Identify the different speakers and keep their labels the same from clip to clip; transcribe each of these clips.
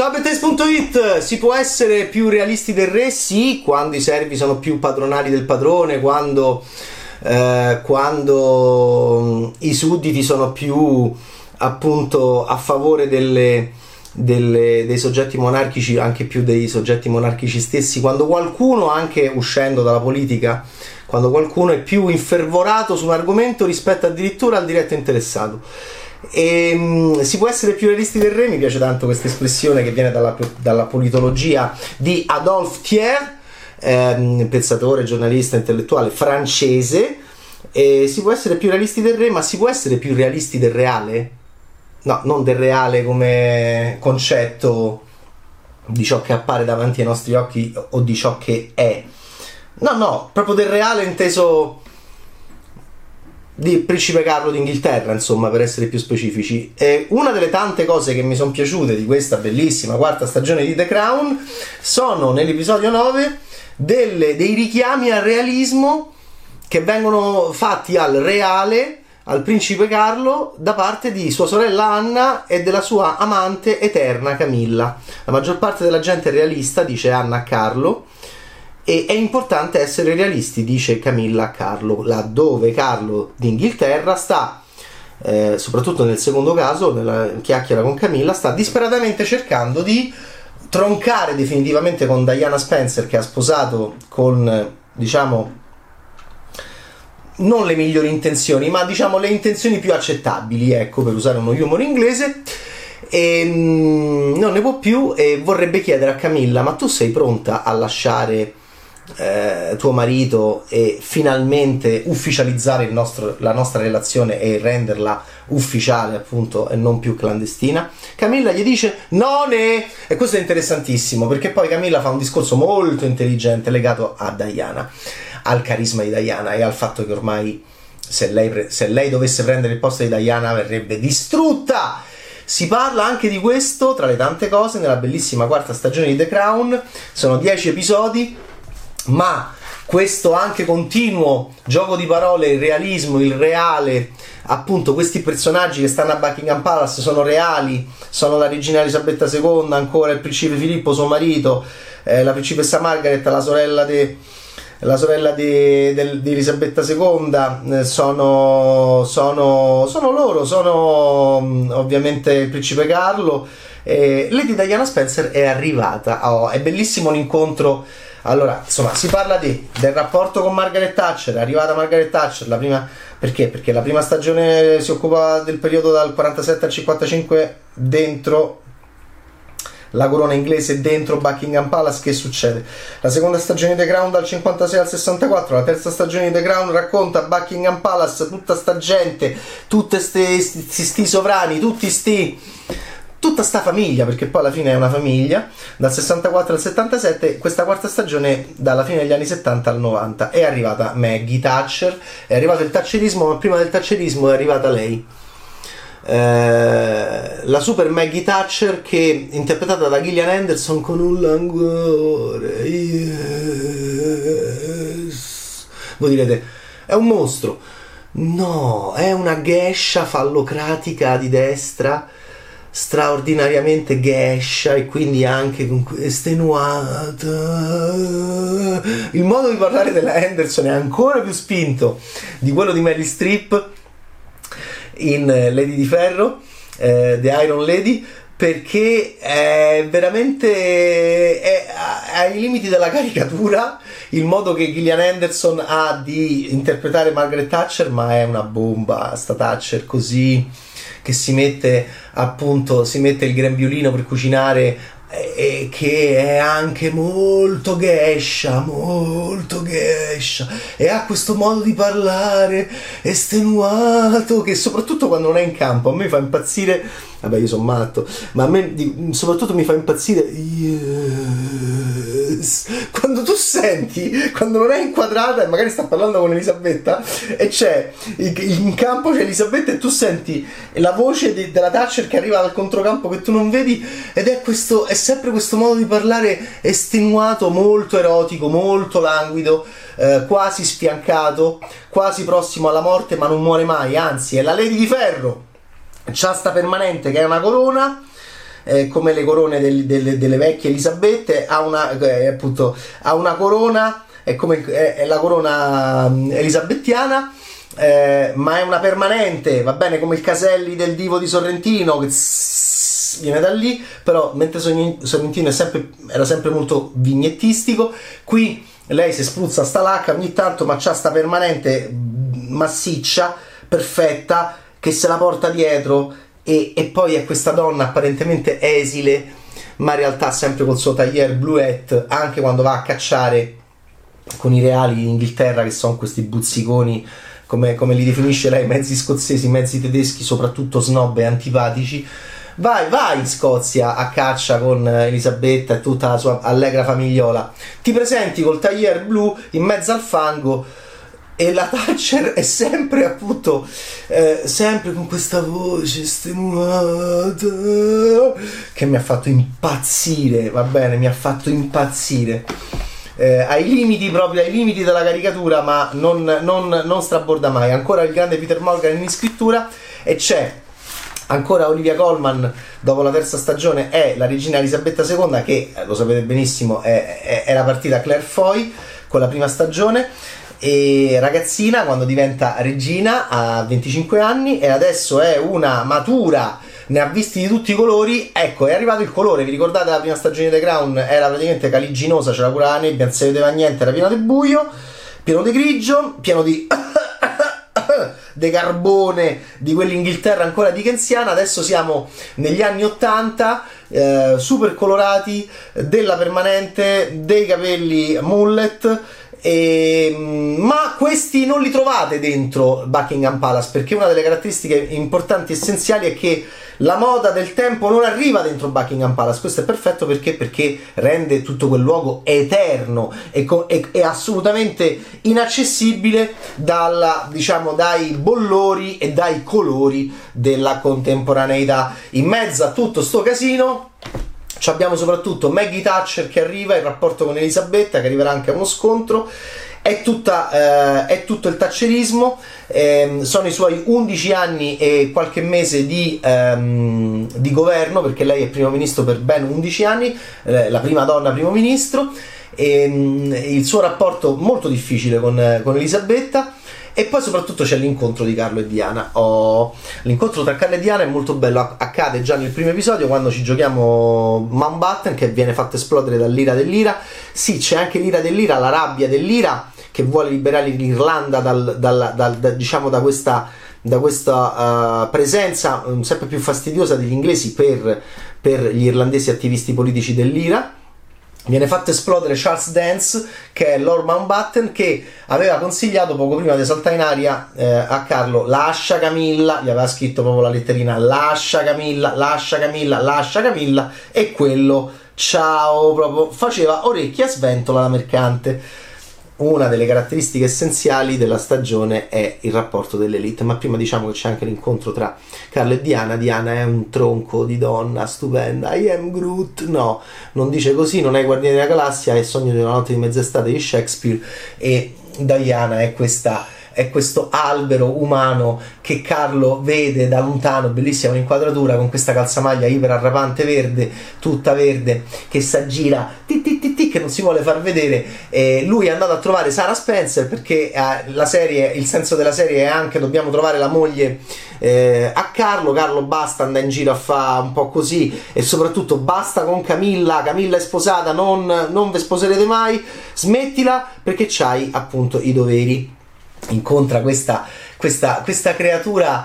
Speaker 1: Ciao.it, si può essere più realisti del re? Sì, quando i servi sono più padronali del padrone, quando i sudditi sono più appunto a favore dei soggetti monarchici, anche più dei soggetti monarchici stessi, quando qualcuno, anche uscendo dalla politica, quando qualcuno è più infervorato su un argomento rispetto addirittura al diretto interessato. E si può essere più realisti del re, mi piace tanto questa espressione che viene dalla politologia di Adolphe Thiers, pensatore, giornalista, intellettuale francese. E si può essere più realisti del re, ma si può essere più realisti del reale? No, non del reale come concetto di ciò che appare davanti ai nostri occhi o di ciò che è. No, proprio del reale inteso di Principe Carlo d'Inghilterra, insomma, per essere più specifici. E una delle tante cose che mi sono piaciute di questa bellissima quarta stagione di The Crown sono, nell'episodio 9, dei richiami al realismo che vengono fatti al reale, al principe Carlo, da parte di sua sorella Anna e della sua amante eterna Camilla. La maggior parte della gente è realista, dice Anna a Carlo, e è importante essere realisti, dice Camilla a Carlo, laddove Carlo d'Inghilterra sta, soprattutto nel secondo caso, nella chiacchiera con Camilla, sta disperatamente cercando di troncare definitivamente con Diana Spencer, che ha sposato con, diciamo, non le migliori intenzioni, ma diciamo le intenzioni più accettabili, ecco, per usare uno humor inglese. E non ne può più e vorrebbe chiedere a Camilla: ma tu sei pronta a lasciare tuo marito e finalmente ufficializzare la nostra relazione e renderla ufficiale, appunto, e non più clandestina? Camilla gli dice no, e questo è interessantissimo, perché poi Camilla fa un discorso molto intelligente legato a Diana, al carisma di Diana e al fatto che ormai se lei dovesse prendere il posto di Diana verrebbe distrutta. Si parla anche di questo, tra le tante cose, nella bellissima quarta stagione di The Crown. Sono 10 episodi, ma questo anche continuo gioco di parole, il realismo, il reale, appunto questi personaggi che stanno a Buckingham Palace sono reali, sono la regina Elisabetta II, ancora il principe Filippo suo marito, la principessa Margaret, la sorella di Elisabetta II, sono loro, sono ovviamente il principe Carlo. Lady Diana Spencer è arrivata, è bellissimo l'incontro. Allora, insomma, si parla del rapporto con Margaret Thatcher. È arrivata Margaret Thatcher, la prima, perché la prima stagione si occupa del periodo dal 47 al 55 dentro la corona inglese, dentro Buckingham Palace. Che succede? La seconda stagione di The Crown dal 56 al 64, la terza stagione di The Crown racconta Buckingham Palace, tutta sta gente, tutti sti sovrani, tutta sta famiglia, perché poi alla fine è una famiglia, dal 64 al 77. Questa quarta stagione dalla fine degli anni 70 al 90. È arrivata Maggie Thatcher, è arrivato il thatcherismo, ma prima del thatcherismo è arrivata lei, la super Maggie Thatcher, che interpretata da Gillian Anderson con un languore, yes. Voi direte è un mostro. No, è una gescia fallocratica di destra, straordinariamente gescia, e quindi anche estenuata. Il modo di parlare della Anderson è ancora più spinto di quello di Meryl Streep in Lady di Ferro, The Iron Lady, perché è veramente ai limiti della caricatura il modo che Gillian Anderson ha di interpretare Margaret Thatcher, ma è una bomba sta Thatcher, così che si mette il grembiulino per cucinare, e che è anche molto gescia, e ha questo modo di parlare estenuato che, soprattutto quando non è in campo, a me fa impazzire. Vabbè, io sono matto, ma a me soprattutto mi fa impazzire, yes, quando tu senti, quando non è inquadrata e magari sta parlando con Elisabetta e c'è in campo c'è Elisabetta e tu senti la voce della Thatcher che arriva dal controcampo che tu non vedi, ed è sempre questo modo di parlare estenuato, molto erotico, molto languido, quasi sfiancato, quasi prossimo alla morte, ma non muore mai, anzi è la Lady di Ferro, c'ha sta permanente che è una corona, come le corone delle vecchie Elisabette, appunto ha una corona, è come è la corona elisabettiana, ma è una permanente, va bene, come il Caselli del Divo di Sorrentino che viene da lì, però mentre Sorrentino era sempre molto vignettistico, qui lei si spruzza sta lacca ogni tanto, ma c'ha sta permanente massiccia, perfetta, che se la porta dietro, e poi è questa donna apparentemente esile, ma in realtà sempre col suo tailleur bluette, anche quando va a cacciare con i reali d'Inghilterra, che sono questi buzziconi, come li definisce lei, mezzi scozzesi, mezzi tedeschi, soprattutto snob e antipatici. Vai in Scozia a caccia con Elisabetta e tutta la sua allegra famigliola, ti presenti col tailleur blu in mezzo al fango, e la Thatcher è sempre, appunto, sempre con questa voce estenuata che mi ha fatto impazzire, va bene, mi ha fatto impazzire, ai limiti della caricatura, ma non straborda mai. Ancora il grande Peter Morgan in scrittura, e c'è ancora Olivia Colman, dopo la terza stagione, è la regina Elisabetta II, che lo sapete benissimo era partita Claire Foy con la prima stagione, e ragazzina quando diventa regina a 25 anni, e adesso è una matura, ne ha visti di tutti i colori. Ecco, è arrivato il colore, vi ricordate la prima stagione di The Crown? Era praticamente caliginosa, c'era pure la nebbia, non si vedeva niente, era pieno di buio, pieno di grigio, pieno di de carbone, di quell'Inghilterra ancora dickensiana. Adesso siamo negli anni 80, super colorati, della permanente, dei capelli mullet, ma questi non li trovate dentro Buckingham Palace, perché una delle caratteristiche importanti e essenziali è che la moda del tempo non arriva dentro Buckingham Palace. Questo è perfetto perché rende tutto quel luogo eterno e assolutamente inaccessibile dai bollori e dai colori della contemporaneità. In mezzo a tutto sto casino abbiamo soprattutto Maggie Thatcher che arriva, il rapporto con Elisabetta, che arriverà anche a uno scontro. È tutto il thatcherismo, sono i suoi 11 anni e qualche mese di governo, perché lei è primo ministro per ben 11 anni, la prima donna primo ministro, il suo rapporto molto difficile con Elisabetta. E poi soprattutto c'è l'incontro di Carlo e Diana. L'incontro tra Carlo e Diana è molto bello, accade già nel primo episodio, quando ci giochiamo Mountbatten, che viene fatto esplodere dall'ira dell'ira. Sì, c'è anche l'ira dell'ira, la rabbia dell'ira, che vuole liberare l'Irlanda da questa presenza sempre più fastidiosa degli inglesi per gli irlandesi attivisti politici dell'ira. Viene fatto esplodere Charles Dance, che è Lord Mountbatten, che aveva consigliato poco prima di saltare in aria a Carlo: lascia Camilla, gli aveva scritto proprio la letterina, lascia Camilla, lascia Camilla, lascia Camilla, e quello, ciao, proprio faceva orecchie a sventola la mercante. Una delle caratteristiche essenziali della stagione è il rapporto dell'elite, ma prima diciamo che c'è anche l'incontro tra Carlo e Diana. Diana è un tronco di donna stupenda, I am Groot, no, non dice così, non è Guardiani della Galassia, è Sogno di una notte di mezz'estate di Shakespeare, e Diana è questo albero umano che Carlo vede da lontano, bellissima un'inquadratura con questa calzamaglia iper arrapante verde, tutta verde, che si aggira che non si vuole far vedere. Lui è andato a trovare Sarah Spencer, perché il senso della serie è anche: dobbiamo trovare la moglie a Carlo basta andare in giro a fare un po' così, e soprattutto basta con Camilla è sposata, non ve sposerete mai, smettila, perché c'hai appunto i doveri. Incontra questa creatura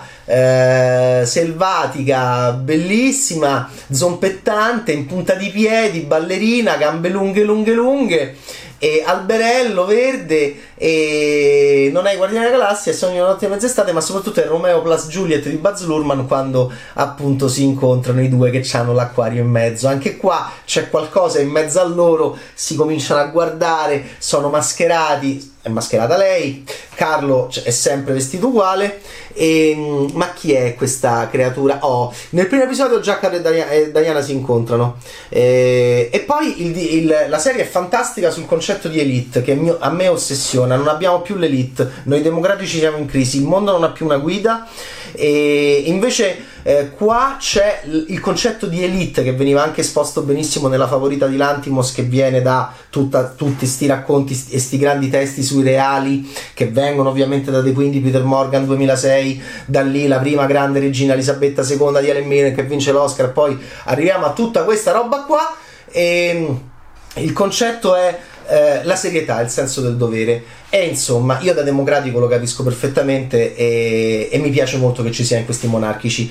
Speaker 1: selvatica, bellissima, zompettante, in punta di piedi, ballerina, gambe lunghe, e alberello verde, e non è Guardiani della Galassia, è Sogno di una notte di mezz'estate, ma soprattutto è Romeo plus Juliet di Baz Luhrmann, quando appunto si incontrano i due che hanno l'acquario in mezzo. Anche qua c'è qualcosa in mezzo a loro, si cominciano a guardare, sono mascherati, è mascherata lei, Carlo è sempre vestito uguale, ma chi è questa creatura? Nel primo episodio già Carlo e Diana si incontrano, e poi la serie è fantastica sul concetto di elite, che a me ossessiona. Non abbiamo più l'elite, noi democratici siamo in crisi, il mondo non ha più una guida, e invece qua c'è il concetto di elite che veniva anche esposto benissimo nella Favorita di Lantimos, che viene da tutti sti racconti e sti grandi testi sui reali che vengono ovviamente da The Queen di Peter Morgan 2006, da lì la prima grande regina Elisabetta II di Helen Mirren che vince l'Oscar, poi arriviamo a tutta questa roba qua, e il concetto è la serietà, il senso del dovere. E insomma, io da democratico lo capisco perfettamente, e mi piace molto che ci sia in questi monarchici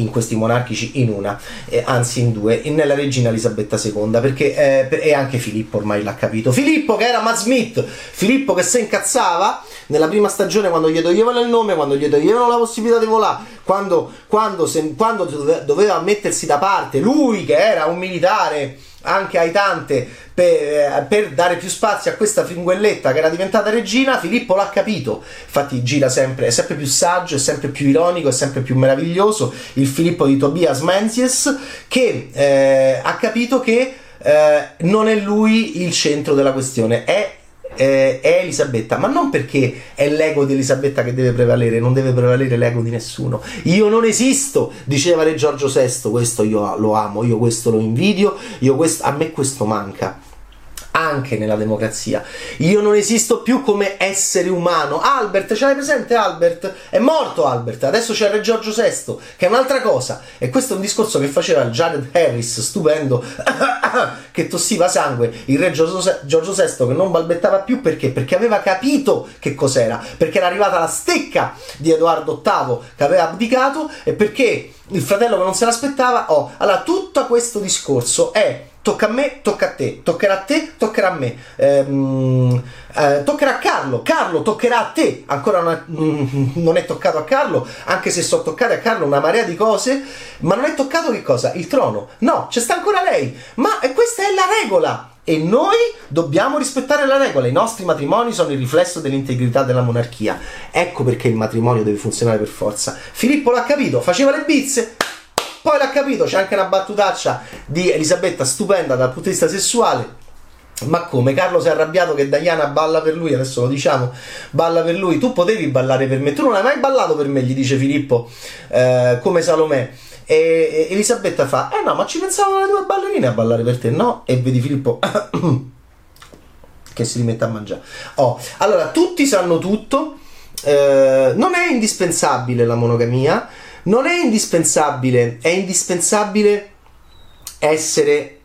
Speaker 1: in una, anzi in due, nella regina Elisabetta II, perché e anche Filippo ormai l'ha capito. Filippo, che era Matt Smith, Filippo che si incazzava nella prima stagione quando gli toglievano il nome, quando gli toglievano la possibilità di volare, quando doveva mettersi da parte lui che era un militare anche aitante per dare più spazio a questa fringuelletta che era diventata regina. Filippo l'ha capito, infatti gira sempre, è sempre più saggio, è sempre più ironico, è sempre più meraviglioso il Filippo di Tobias Menzies, che ha capito che non è lui il centro della questione, è Elisabetta, ma non perché è l'ego di Elisabetta che deve prevalere, non deve prevalere l'ego di nessuno. Io non esisto, diceva Re Giorgio VI, questo io lo amo, io questo lo invidio, a me questo manca anche nella democrazia. Io non esisto più come essere umano. Albert, ce l'hai presente Albert? È morto Albert, adesso c'è Re Giorgio VI, che è un'altra cosa, e questo è un discorso che faceva il Jared Harris, stupendo, che tossiva sangue, il Re Giorgio VI che non balbettava più, perché aveva capito che cos'era, perché era arrivata la stecca di Edoardo VIII che aveva abdicato, e perché il fratello che non se l'aspettava. Allora tutto questo discorso è: tocca a me, tocca a te, toccherà a te, toccherà a me, toccherà a Carlo, toccherà a te, ancora non è toccato a Carlo, anche se sono toccate a Carlo una marea di cose, ma non è toccato che cosa? Il trono, no, c'è sta ancora lei, ma questa è la regola, e noi dobbiamo rispettare la regola. I nostri matrimoni sono il riflesso dell'integrità della monarchia, ecco perché il matrimonio deve funzionare per forza. Filippo l'ha capito, faceva le bizze, poi l'ha capito. C'è anche una battutaccia di Elisabetta stupenda dal punto di vista sessuale. Ma come? Carlo si è arrabbiato che Diana balla per lui, adesso lo diciamo, balla per lui. Tu potevi ballare per me, tu non hai mai ballato per me, gli dice Filippo, come Salomè. E Elisabetta fa: no, ma ci pensavano le due ballerine a ballare per te, no? E vedi Filippo che si rimette a mangiare. Allora, tutti sanno tutto, non è indispensabile la monogamia, non è indispensabile, è indispensabile essere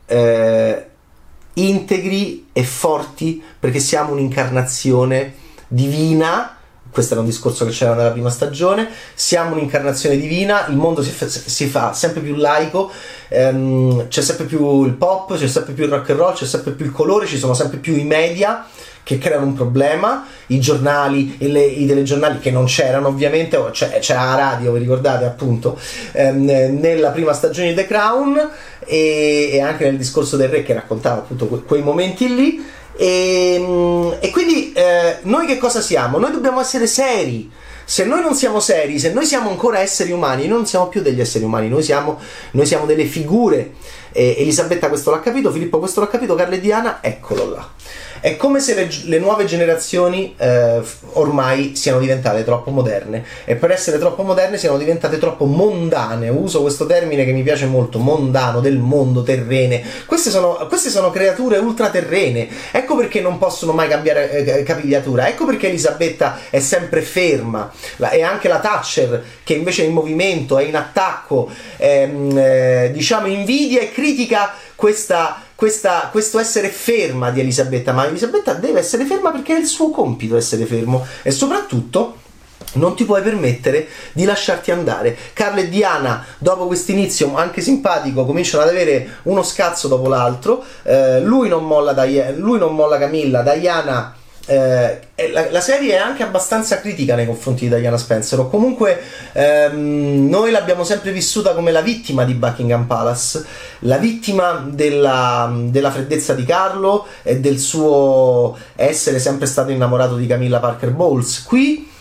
Speaker 1: integri e forti, perché siamo un'incarnazione divina. Questo era un discorso che c'era nella prima stagione. Siamo un'incarnazione divina, il mondo si fa sempre più laico, c'è sempre più il pop, c'è sempre più il rock and roll, c'è sempre più il colore, ci sono sempre più i media che creano un problema, i giornali e i telegiornali che non c'erano ovviamente, c'era la radio, vi ricordate appunto, nella prima stagione di The Crown, e anche nel discorso del re che raccontava appunto quei momenti lì. E quindi noi che cosa siamo? Noi dobbiamo essere seri. Se noi non siamo seri, se noi siamo ancora esseri umani, noi non siamo più degli esseri umani, noi siamo delle figure. Elisabetta questo l'ha capito, Filippo questo l'ha capito, Carlo e Diana, eccolo là. È come se le nuove generazioni ormai siano diventate troppo moderne, e per essere troppo moderne siano diventate troppo mondane. Uso questo termine che mi piace molto, mondano, del mondo, terrene. Queste sono creature ultraterrene, ecco perché non possono mai cambiare capigliatura, ecco perché Elisabetta è sempre ferma, e anche la Thatcher, che invece è in movimento, è in attacco, diciamo invidia e critica questo essere ferma di Elisabetta, ma Elisabetta deve essere ferma perché è il suo compito essere fermo, e soprattutto non ti puoi permettere di lasciarti andare. Carlo e Diana, dopo questo inizio anche simpatico, cominciano ad avere uno scazzo dopo l'altro. Lui non molla Camilla, Diana. La serie è anche abbastanza critica nei confronti di Diana Spencer, o comunque noi l'abbiamo sempre vissuta come la vittima di Buckingham Palace, la vittima della freddezza di Carlo e del suo essere sempre stato innamorato di Camilla Parker Bowles. Qui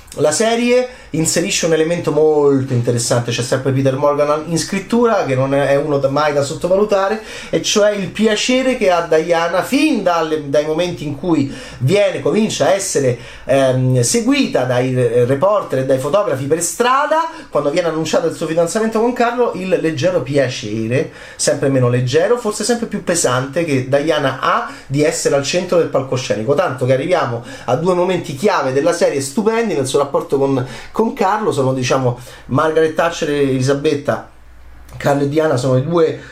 Speaker 1: la serie inserisce un elemento molto interessante, c'è sempre Peter Morgan in scrittura, che non è uno mai da sottovalutare, e cioè il piacere che ha Diana fin dai momenti in cui comincia a essere seguita dai reporter e dai fotografi per strada, quando viene annunciato il suo fidanzamento con Carlo, il leggero piacere, sempre meno leggero, forse sempre più pesante, che Diana ha di essere al centro del palcoscenico, tanto che arriviamo a due momenti chiave della serie stupendi nel suo rapporto con Carlo. Sono, diciamo, Margaret Thatcher e Elisabetta. Carlo e Diana sono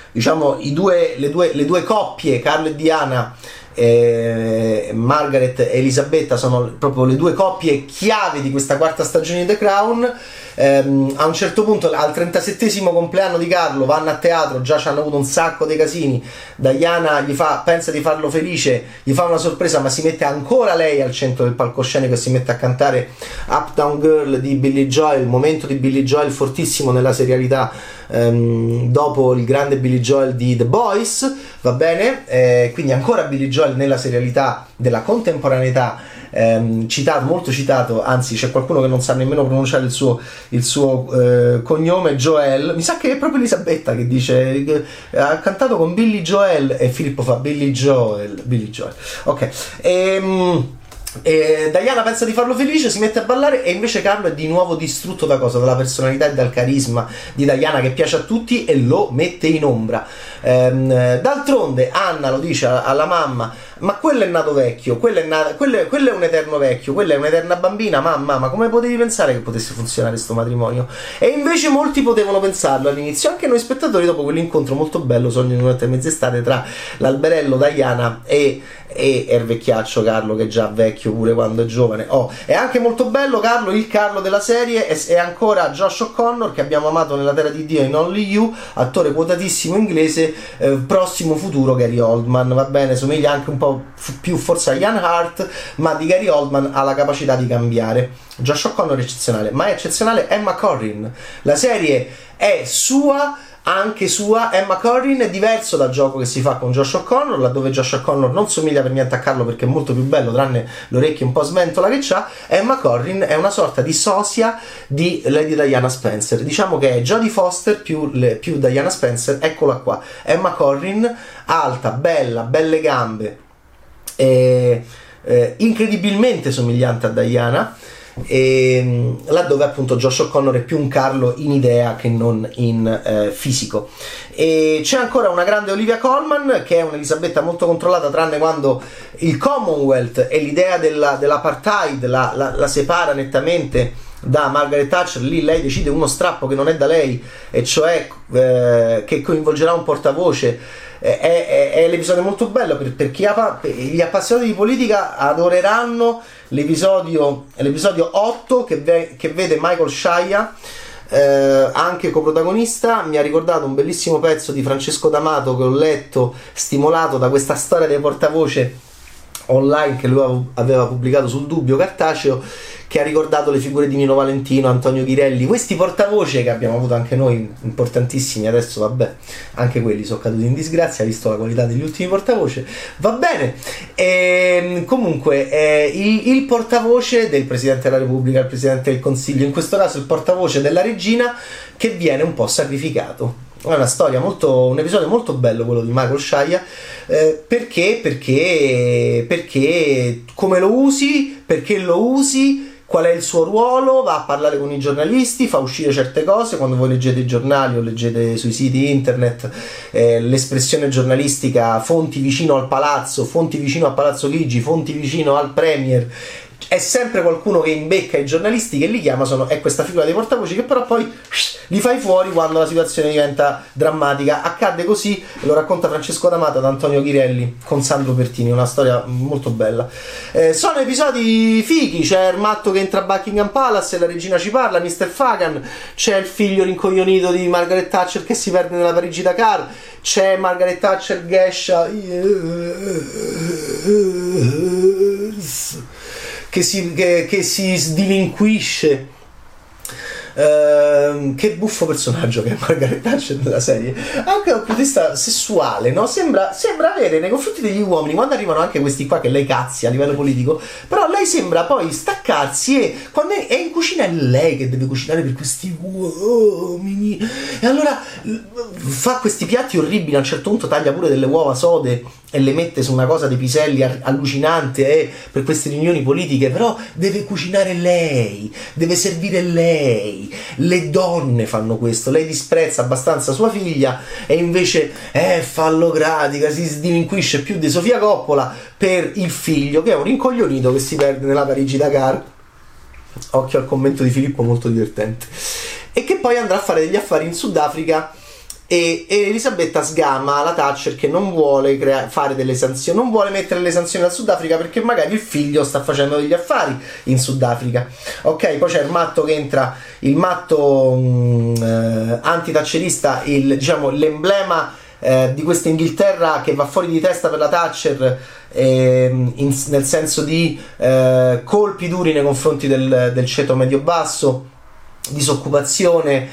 Speaker 1: le due coppie. Carlo e Diana, Margaret e Elisabetta sono proprio le due coppie chiave di questa quarta stagione di The Crown. A un certo punto, al 37esimo compleanno di Carlo, vanno a teatro, già ci hanno avuto un sacco dei casini. Diana pensa di farlo felice, gli fa una sorpresa, ma si mette ancora lei al centro del palcoscenico e si mette a cantare Uptown Girl di Billy Joel, il momento di Billy Joel fortissimo nella serialità, dopo il grande Billy Joel di The Boys, va bene? Quindi ancora Billy Joel nella serialità della contemporaneità, molto citato, anzi c'è qualcuno che non sa nemmeno pronunciare il suo cognome, Joel, mi sa che è proprio Elisabetta che dice ha cantato con Billy Joel, e Filippo fa Billy Joel, ok. Diana pensa di farlo felice, si mette a ballare, e invece Carlo è di nuovo distrutto da cosa? Dalla personalità e dal carisma di Diana, che piace a tutti, e lo mette in ombra. D'altronde Anna lo dice alla mamma: ma quello è nato vecchio, quello è un eterno vecchio, quella è un'eterna bambina, mamma, ma come potevi pensare che potesse funzionare questo matrimonio? E invece molti potevano pensarlo all'inizio, anche noi spettatori, dopo quell'incontro molto bello, Sogno di notte e mezz'estate, tra l'alberello Diana e il vecchiaccio Carlo, che è già vecchio pure quando è giovane. È anche molto bello Carlo, il Carlo della serie è ancora Josh O'Connor, che abbiamo amato nella Terra di Dio in Only You, attore quotatissimo inglese, prossimo futuro Gary Oldman, va bene, somiglia anche un po' più forse a Ian Hart, ma di Gary Oldman ha la capacità di cambiare. Josh O'Connor è eccezionale, ma è eccezionale Emma Corrin. La serie è sua, anche sua. Emma Corrin è diverso dal gioco che si fa con Josh O'Connor, laddove Josh O'Connor non somiglia per niente a Carlo perché è molto più bello, tranne l'orecchio un po' sventola che c'ha. Emma Corrin è una sorta di sosia di Lady Diana Spencer, diciamo che è Jodie Foster più Diana Spencer. Eccola qua, Emma Corrin, alta, belle gambe, incredibilmente somigliante a Diana, laddove appunto Josh O'Connor è più un Carlo in idea che non in fisico. E c'è ancora una grande Olivia Colman, che è un'Elisabetta molto controllata, tranne quando il Commonwealth e l'idea dell'apartheid la separa nettamente da Margaret Thatcher. Lì lei decide uno strappo che non è da lei, e cioè che coinvolgerà un portavoce. È l'episodio molto bello per gli appassionati di politica adoreranno l'episodio 8 che vede Michael Shaya anche coprotagonista. Mi ha ricordato un bellissimo pezzo di Francesco D'Amato che ho letto, stimolato da questa storia dei portavoce online che lui aveva pubblicato sul Dubbio cartaceo, che ha ricordato le figure di Nino Valentino, Antonio Ghirelli, questi portavoce che abbiamo avuto anche noi, importantissimi. Adesso vabbè, anche quelli sono caduti in disgrazia visto la qualità degli ultimi portavoce, va bene. Comunque il portavoce del Presidente della Repubblica, il Presidente del Consiglio, in questo caso il portavoce della regina, che viene un po' sacrificato. È una storia un episodio molto bello quello di Michael Shaya, perché come lo usi, perché lo usi, qual è il suo ruolo, va a parlare con i giornalisti, fa uscire certe cose. Quando voi leggete i giornali o leggete sui siti internet l'espressione giornalistica fonti vicino al palazzo, fonti vicino a Palazzo Chigi, fonti vicino al Premier, è sempre qualcuno che imbecca i giornalisti, che li chiama, è questa figura dei portavoci che però poi li fai fuori quando la situazione diventa drammatica. Accadde così, lo racconta Francesco D'Amato ad Antonio Ghirelli con Sandro Pertini, una storia molto bella. Sono episodi fighi, c'è il matto che entra a Buckingham Palace e la regina ci parla, Mr. Fagan, c'è il figlio rincoglionito di Margaret Thatcher che si perde nella Parigi-Dakar, c'è Margaret Thatcher Gescia che si sdilinquisce che buffo personaggio che è Margaret Thatcher nella serie, anche dal punto di vista sessuale, no? Sembra avere nei confronti degli uomini, quando arrivano anche questi qua che lei cazzi a livello politico, però lei sembra poi staccarsi, e quando è in cucina è lei che deve cucinare per questi uomini, e allora fa questi piatti orribili. A un certo punto taglia pure delle uova sode e le mette su una cosa dei piselli allucinante, per queste riunioni politiche, però deve cucinare lei, deve servire lei. Le donne fanno questo, lei disprezza abbastanza sua figlia e invece è fallocratica, si sdilinquisce più di Sofia Coppola per il figlio, che è un rincoglionito che si perde nella Parigi-Dakar. Occhio al commento di Filippo, molto divertente, e che poi andrà a fare degli affari in Sudafrica. E Elisabetta sgama la Thatcher che non vuole fare delle sanzioni, non vuole mettere le sanzioni al Sudafrica perché magari il figlio sta facendo degli affari in Sudafrica. Ok, poi c'è il matto che entra, il matto anti-thatcherista, diciamo l'emblema di questa Inghilterra che va fuori di testa per la Thatcher, nel senso di colpi duri nei confronti del ceto medio-basso, disoccupazione,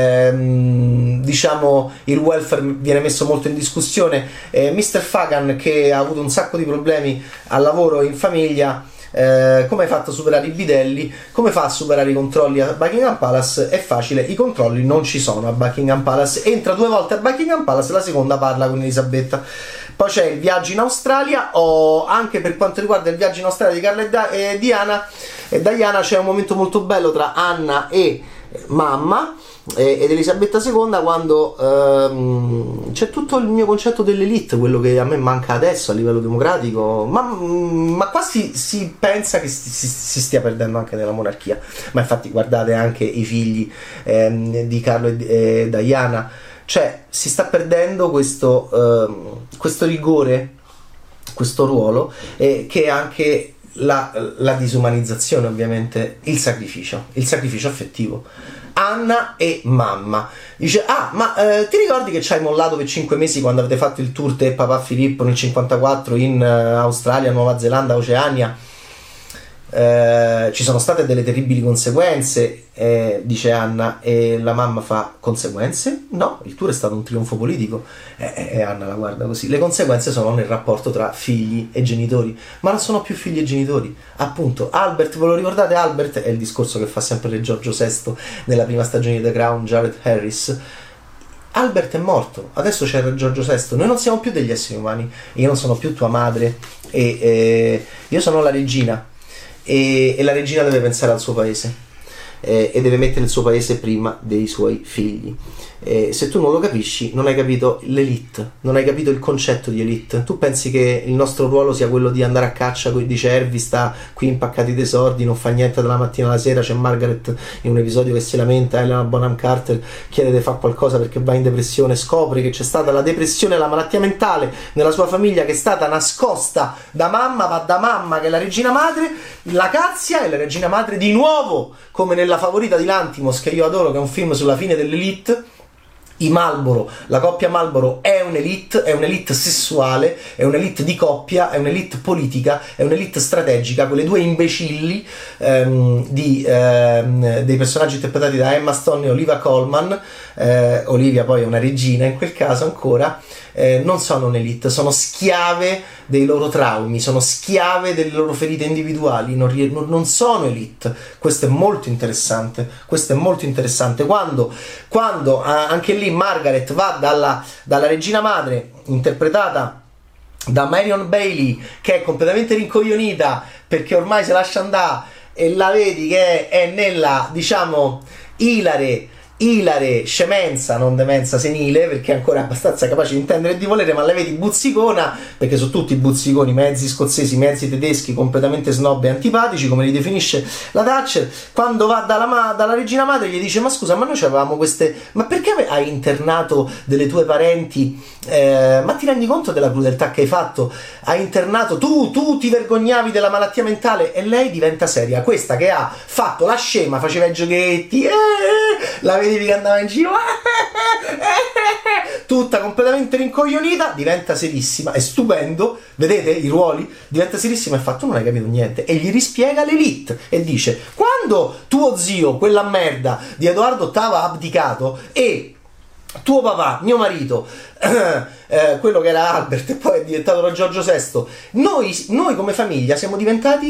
Speaker 1: diciamo il welfare viene messo molto in discussione, Mr. Fagan che ha avuto un sacco di problemi al lavoro e in famiglia, come hai fatto a superare i bidelli, come fa a superare i controlli a Buckingham Palace? È facile, i controlli non ci sono a Buckingham Palace. Entra 2 volte a Buckingham Palace, la seconda parla con Elisabetta. Poi c'è il viaggio in Australia, o anche per quanto riguarda il viaggio in Australia di Carla e Diana c'è un momento molto bello tra Anna e mamma ed Elisabetta II, quando c'è tutto il mio concetto dell'elite, quello che a me manca adesso a livello democratico, ma qua si pensa che si stia perdendo anche nella monarchia. Ma infatti guardate anche i figli di Carlo e Diana, cioè si sta perdendo questo rigore, questo ruolo, che è anche la disumanizzazione, ovviamente, il sacrificio affettivo. Anna e mamma dice: ma ti ricordi che ci hai mollato per 5 mesi quando avete fatto il tour te e papà Filippo nel 54 in Australia, Nuova Zelanda, Oceania? Ci sono state delle terribili conseguenze, dice Anna, e la mamma fa: conseguenze? No, il tour è stato un trionfo politico. E Anna la guarda così: le conseguenze sono nel rapporto tra figli e genitori, ma non sono più figli e genitori, appunto. Albert, ve lo ricordate? Albert è il discorso che fa sempre Re Giorgio VI nella prima stagione di The Crown, Jared Harris. Albert è morto, adesso c'è Re Giorgio VI, noi non siamo più degli esseri umani, io non sono più tua madre, io sono la regina. E la regina deve pensare al suo paese, e deve mettere il suo paese prima dei suoi figli. Se tu non lo capisci, non hai capito l'elite, non hai capito il concetto di elite. Tu pensi che il nostro ruolo sia quello di andare a caccia con i cervi, sta qui impaccati i tesori, non fa niente dalla mattina alla sera. C'è Margaret in un episodio che si lamenta, Helena Bonham Carter chiede di fare qualcosa perché va in depressione, scopre che c'è stata la depressione e la malattia mentale nella sua famiglia, che è stata nascosta da mamma, va da mamma che è la regina madre, la cazzia, e la regina madre di nuovo, come nella Favorita di Lantimos, che io adoro, che è un film sulla fine dell'elite. I Marlboro, la coppia Marlboro è un'elite sessuale, è un'elite di coppia, è un'elite politica, è un'elite strategica. Quelle due imbecilli dei personaggi interpretati da Emma Stone e Olivia Colman, Olivia poi è una regina in quel caso ancora, non sono un'elite, sono schiave dei loro traumi, sono schiave delle loro ferite individuali, non sono elite. Questo è molto interessante, quando anche lì Margaret va dalla regina madre, interpretata da Marion Bailey, che è completamente rincoglionita perché ormai se lascia andare, e la vedi che è nella, diciamo, ilare scemenza, non demenza senile, perché è ancora abbastanza capace di intendere e di volere, ma la vedi buzzicona, perché sono tutti buzziconi, mezzi scozzesi, mezzi tedeschi, completamente snob e antipatici, come li definisce la Thatcher. Quando va dalla regina madre gli dice: ma scusa, ma noi avevamo queste, ma perché hai internato delle tue parenti, ma ti rendi conto della crudeltà che hai fatto? Hai internato, tu ti vergognavi della malattia mentale. E lei diventa seria, questa che ha fatto la scema, faceva i giochetti, la vedevi che andava in giro tutta completamente rincoglionita, diventa serissima, è stupendo, vedete i ruoli, diventa serissima e fa: tu non hai capito niente, e gli rispiega l'Elite e dice: quando tuo zio, quella merda di Edoardo VIII, ha abdicato e tuo papà, mio marito, quello che era Albert e poi è diventato lo Giorgio VI, noi come famiglia siamo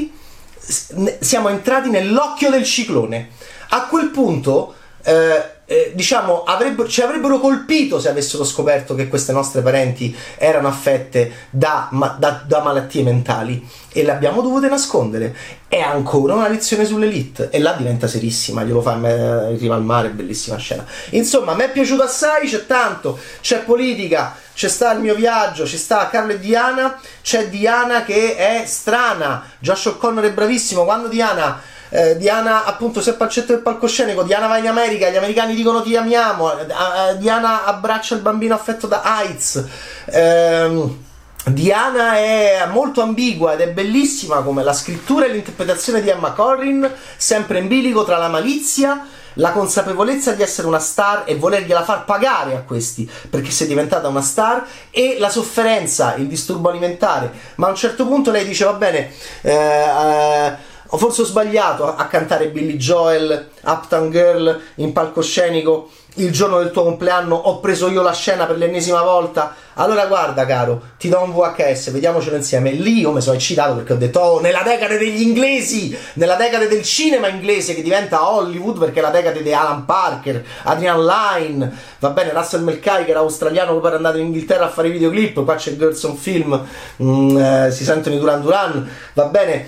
Speaker 1: entrati nell'occhio del ciclone. A quel punto diciamo ci avrebbero colpito se avessero scoperto che queste nostre parenti erano affette da malattie mentali, e le abbiamo dovute nascondere. È ancora una lezione sull'Elite, e là diventa serissima, glielo fa in riva al mare, bellissima scena. Insomma, mi è piaciuto assai, c'è tanto, c'è politica, c'è sta il mio viaggio, c'è sta Carlo e Diana, c'è Diana che è strana, Josh O'Connor è bravissimo. Quando Diana appunto si è pancetto del palcoscenico, Diana va in America, gli americani dicono ti amiamo, Diana abbraccia il bambino affetto da AIDS, Diana è molto ambigua ed è bellissima come la scrittura e l'interpretazione di Emma Corrin, sempre in bilico tra la malizia, la consapevolezza di essere una star e volergliela far pagare a questi perché sei diventata una star, e la sofferenza, il disturbo alimentare. Ma a un certo punto lei dice: va bene, forse ho sbagliato a cantare Billy Joel, Uptown Girl in palcoscenico il giorno del tuo compleanno, ho preso io la scena per l'ennesima volta. Allora guarda caro, ti do un VHS, vediamocelo insieme. Lì io mi sono eccitato perché ho detto: oh, nella decade degli inglesi, nella decade del cinema inglese che diventa Hollywood, perché è la decade di Alan Parker, Adrian Lyne, va bene, Russell Mulcahy che era australiano che poi era andato in Inghilterra a fare videoclip, qua c'è Girls on Film, si sentono i Duran Duran, va bene,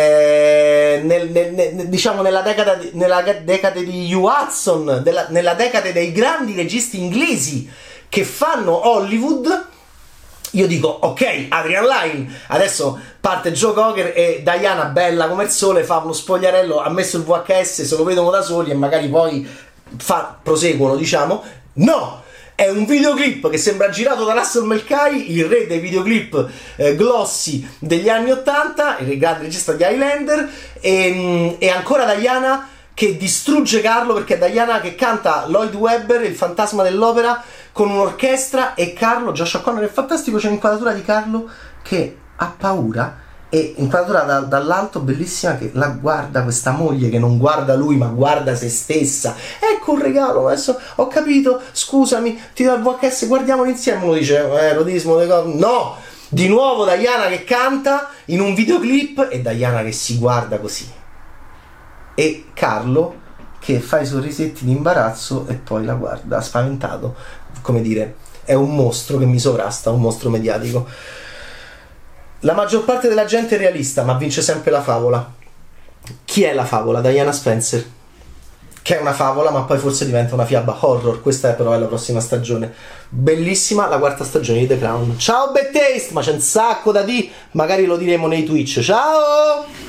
Speaker 1: diciamo nella decade di Hugh Hudson, nella decade dei grandi registi inglesi che fanno Hollywood. Io dico: ok, Adrian Lyne, adesso parte Joe Cocker e Diana, bella come il sole, fa uno spogliarello, ha messo il VHS, se lo vedono da soli e magari poi proseguono, diciamo. No! È un videoclip che sembra girato da Russell Mulcahy, il re dei videoclip glossy degli anni 80, il grande regista di Highlander, e ancora Diana che distrugge Carlo, perché è Diana che canta Lloyd Webber, il fantasma dell'opera, con un'orchestra, e Carlo, Josh O'Connor è fantastico, c'è un'inquadratura di Carlo che ha paura, e inquadratura dall'alto bellissima, che la guarda questa moglie che non guarda lui ma guarda se stessa. Ecco un regalo, adesso ho capito, scusami, ti do il VHS, guardiamolo insieme. Uno dice erotismo, no, di nuovo Diana che canta in un videoclip e Diana che si guarda così, e Carlo che fa i sorrisetti di imbarazzo e poi la guarda spaventato, come dire, è un mostro che mi sovrasta, un mostro mediatico. La maggior parte della gente è realista, ma vince sempre la favola. Chi è la favola? Diana Spencer, che è una favola ma poi forse diventa una fiaba horror. Questa però è la prossima stagione, bellissima, la quarta stagione di The Crown. Ciao Bad Taste, ma c'è un sacco da dire, magari lo diremo nei Twitch. Ciao!